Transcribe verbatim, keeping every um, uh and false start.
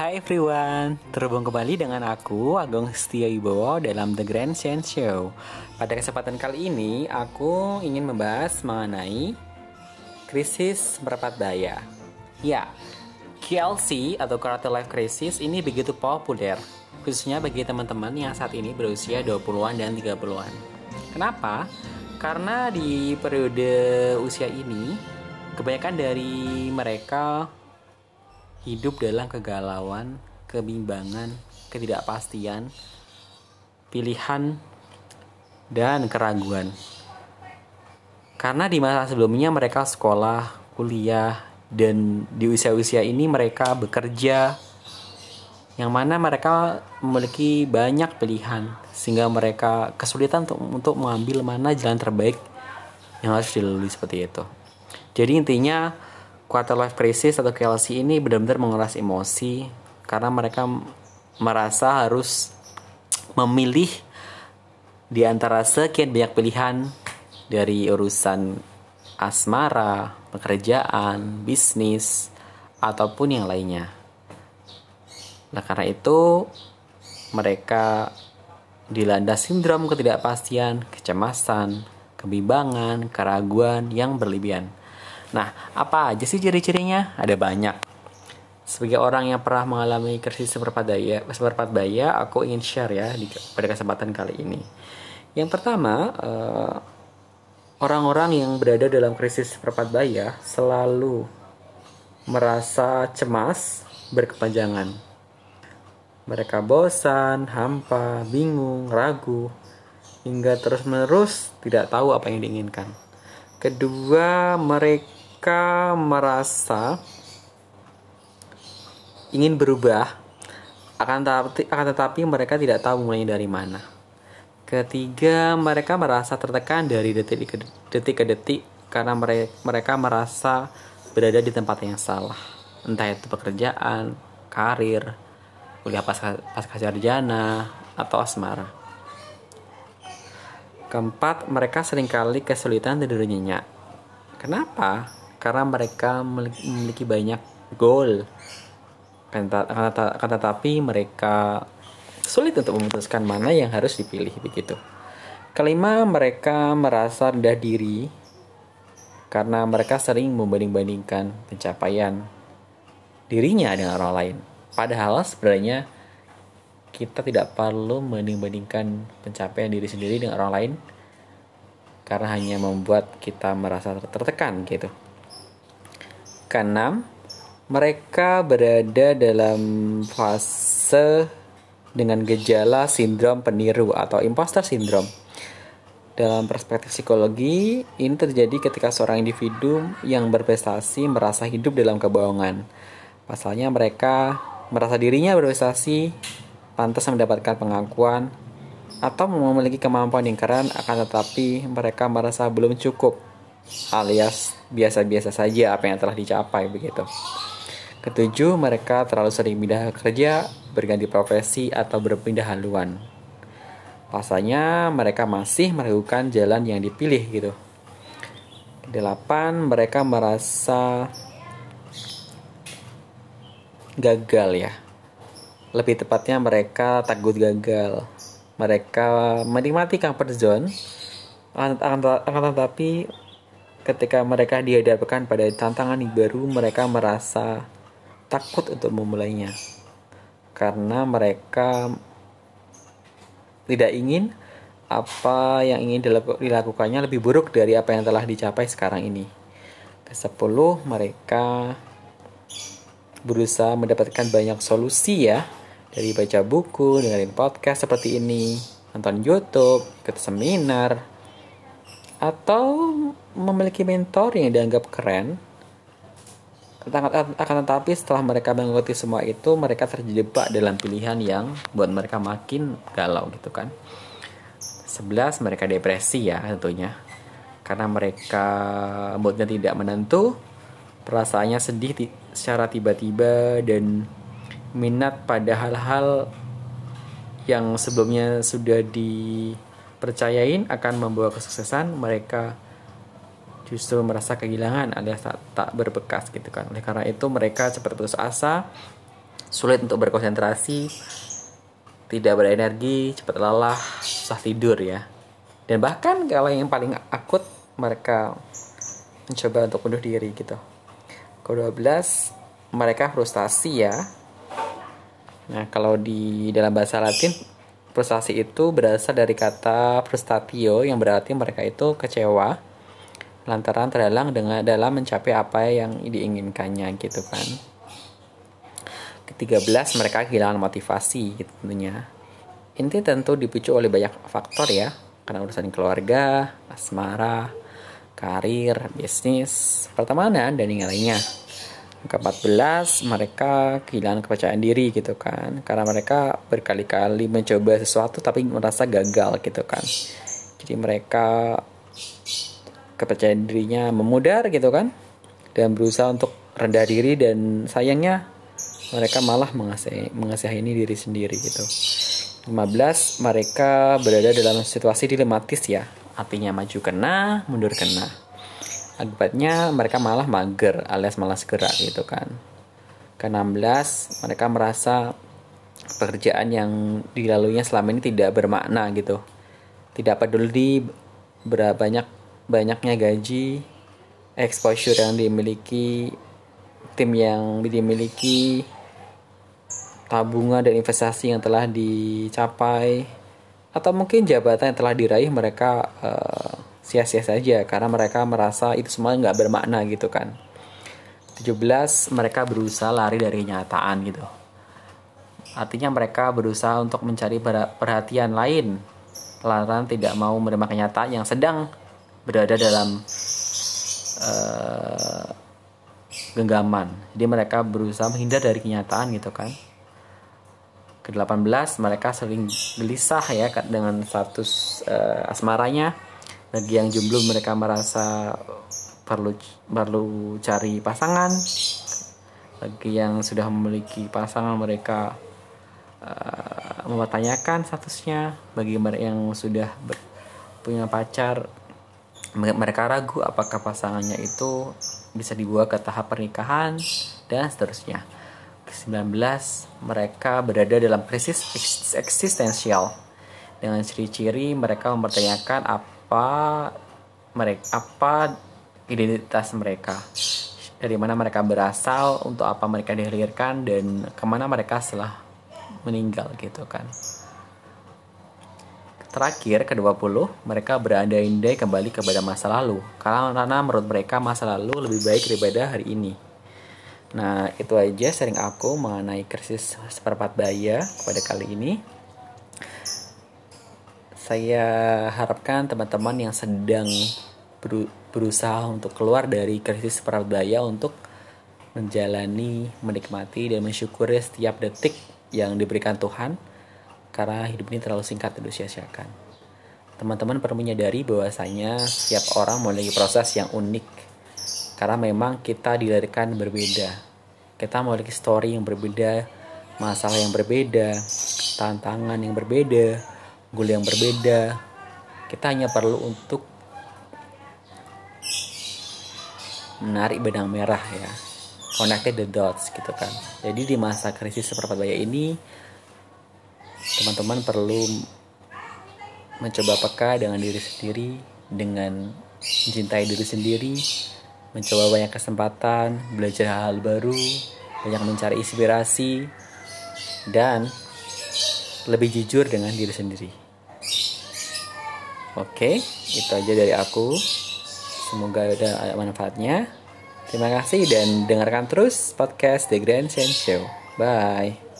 Hai everyone, terhubung kembali dengan aku, Agung Setia Wibowo dalam The Grand Science Show. Pada kesempatan kali ini, aku ingin membahas mengenai krisis Merpat Daya. Ya, Q L C atau Quarter Life Crisis ini begitu populer, khususnya bagi teman-teman yang saat ini berusia dua puluhan dan tiga puluhan. Kenapa? Karena di periode usia ini, kebanyakan dari mereka hidup dalam kegalauan, kebimbangan, ketidakpastian, pilihan, dan keraguan. Karena di masa sebelumnya mereka sekolah, kuliah, dan di usia-usia ini mereka bekerja, yang mana mereka memiliki banyak pilihan, sehingga mereka kesulitan untuk, untuk mengambil mana jalan terbaik yang harus dilalui seperti itu. Jadi intinya, Quarter Life Crisis atau Q L C ini benar-benar menguras emosi karena mereka merasa harus memilih di antara sekian banyak pilihan dari urusan asmara, pekerjaan, bisnis, ataupun yang lainnya. Nah, karena itu mereka dilanda sindrom ketidakpastian, kecemasan, kebimbangan, keraguan yang berlebihan. Nah, apa aja sih ciri-cirinya? Ada banyak. Sebagai orang yang pernah mengalami krisis seperempat daya, seperempat daya, aku ingin share ya di, pada kesempatan kali ini. Yang pertama, uh, orang-orang yang berada dalam krisis seperempat daya selalu merasa cemas berkepanjangan. Mereka bosan, hampa, bingung, ragu, hingga terus-menerus tidak tahu apa yang diinginkan. Kedua, mereka Mereka merasa ingin berubah, akan tetapi, akan tetapi mereka tidak tahu mulai dari mana. Ketiga, mereka merasa tertekan dari detik ke detik, ke detik karena mereka, mereka merasa berada di tempat yang salah. Entah itu pekerjaan, karir, kuliah pasca, pasca sarjana, atau asmara. Keempat, mereka seringkali kesulitan tidur nyenyak. Kenapa? Karena mereka memiliki banyak goal, akan tetapi mereka sulit untuk memutuskan mana yang harus dipilih begitu. Kelima, mereka merasa rendah diri karena mereka sering membanding-bandingkan pencapaian dirinya dengan orang lain. Padahal sebenarnya kita tidak perlu membanding-bandingkan pencapaian diri sendiri dengan orang lain, karena hanya membuat kita merasa tertekan gitu. Keenam, mereka berada dalam fase dengan gejala sindrom peniru atau imposter syndrome. Dalam perspektif psikologi, ini terjadi ketika seorang individu yang berprestasi merasa hidup dalam kebohongan. Pasalnya mereka merasa dirinya berprestasi, pantas mendapatkan pengakuan, atau memiliki kemampuan yang keren, akan tetapi mereka merasa belum cukup, alias biasa-biasa saja apa yang telah dicapai begitu. Ketujuh, mereka terlalu sering pindah kerja, berganti profesi, atau berpindah haluan. Pasalnya mereka masih meragukan jalan yang dipilih gitu. Delapan, mereka merasa gagal ya. Lebih tepatnya mereka takut gagal. Mereka menikmati comfort zone, akan tetapi ketika mereka dihadapkan pada tantangan yang baru, mereka merasa takut untuk memulainya. Karena mereka tidak ingin apa yang ingin dilakukannya lebih buruk dari apa yang telah dicapai sekarang ini. Kesepuluh, mereka berusaha mendapatkan banyak solusi ya, dari baca buku, dengerin podcast seperti ini, nonton YouTube, ikut seminar, atau memiliki mentor yang dianggap keren. Akan tetapi setelah mereka mengikuti semua itu, mereka terjebak dalam pilihan yang buat mereka makin galau gitu kan. Sebelas, mereka depresi ya tentunya, karena mereka moodnya tidak menentu, perasaannya sedih t- secara tiba-tiba, dan minat pada hal-hal yang sebelumnya sudah dipercayain akan membawa kesuksesan, mereka justru merasa kehilangan alias tak, tak berbekas gitu kan. Oleh karena itu mereka cepat putus asa, sulit untuk berkonsentrasi, tidak berenergi, cepat lelah, susah tidur ya. Dan bahkan kalau yang paling akut, mereka mencoba untuk bunuh diri gitu. Kedua belas, mereka frustasi ya. Nah, kalau di dalam bahasa Latin, frustasi itu berasal dari kata frustatio yang berarti mereka itu kecewa lantaran terhalang dengan dalam mencapai apa yang diinginkannya gitu kan. Ketiga belas, mereka kehilangan motivasi gitu tentunya. Ini tentu dipicu oleh banyak faktor ya, karena urusan keluarga, asmara, karir, bisnis, pertemanan, dan yang lainnya. Keempat belas, mereka kehilangan kepercayaan diri gitu kan, karena mereka berkali-kali mencoba sesuatu tapi merasa gagal gitu kan. Jadi mereka kepercayaan dirinya memudar gitu kan, dan berusaha untuk rendah diri, dan sayangnya mereka malah mengasih, mengasihani diri sendiri gitu. lima belas, mereka berada dalam situasi dilematis ya, artinya maju kena, mundur kena. Akibatnya mereka malah mager alias malas gerak gitu kan. Ke enam belas, mereka merasa pekerjaan yang dilaluinya selama ini tidak bermakna gitu. Tidak peduli berapa banyak banyaknya gaji, exposure yang dimiliki, tim yang dimiliki, tabungan dan investasi yang telah dicapai, atau mungkin jabatan yang telah diraih, mereka uh, sia-sia saja karena mereka merasa itu semua nggak bermakna gitu kan. tujuh belas, mereka berusaha lari dari kenyataan gitu. Artinya mereka berusaha untuk mencari perhatian lain lantaran tidak mau menerima kenyataan yang sedang berada dalam uh, genggaman. Jadi mereka berusaha menghindar dari kenyataan gitu kan. Ke delapan belas, mereka sering gelisah ya dengan status uh, asmaranya. Bagi yang jomblo, mereka merasa perlu perlu cari pasangan. Bagi yang sudah memiliki pasangan, mereka uh, mempertanyakan statusnya. Bagi mereka yang sudah ber, punya pacar, mereka ragu apakah pasangannya itu bisa dibawa ke tahap pernikahan, dan seterusnya. Ke sembilan belas, mereka berada dalam krisis eksistensial. Dengan ciri-ciri mereka mempertanyakan apa apa mereka apa identitas mereka, dari mana mereka berasal, untuk apa mereka dilahirkan, dan kemana mereka setelah meninggal gitu kan. Terakhir, ke dua puluh, mereka berandai-andai kembali kepada masa lalu karena menurut mereka masa lalu lebih baik daripada hari ini. Nah, itu aja sharing aku mengenai krisis seperempat baya pada kali ini. Saya harapkan teman-teman yang sedang berusaha untuk keluar dari krisis seperempat baya untuk menjalani, menikmati, dan mensyukuri setiap detik yang diberikan Tuhan, karena hidup ini terlalu singkat untuk disia-siakan. Teman-teman perlu menyadari bahwasanya setiap orang memiliki proses yang unik, karena memang kita dilahirkan berbeda. Kita memiliki story yang berbeda, masalah yang berbeda, tantangan yang berbeda, goal yang berbeda. Kita hanya perlu untuk menarik benang merah ya, connected the dots gitu kan. Jadi di masa krisis seperempat baya ini, teman-teman perlu mencoba peka dengan diri sendiri, dengan mencintai diri sendiri, mencoba banyak kesempatan, belajar hal-hal baru, banyak mencari inspirasi, dan lebih jujur dengan diri sendiri. Oke, itu aja dari aku. Semoga ada manfaatnya. Terima kasih dan dengarkan terus podcast The Grand Sense Show. Bye.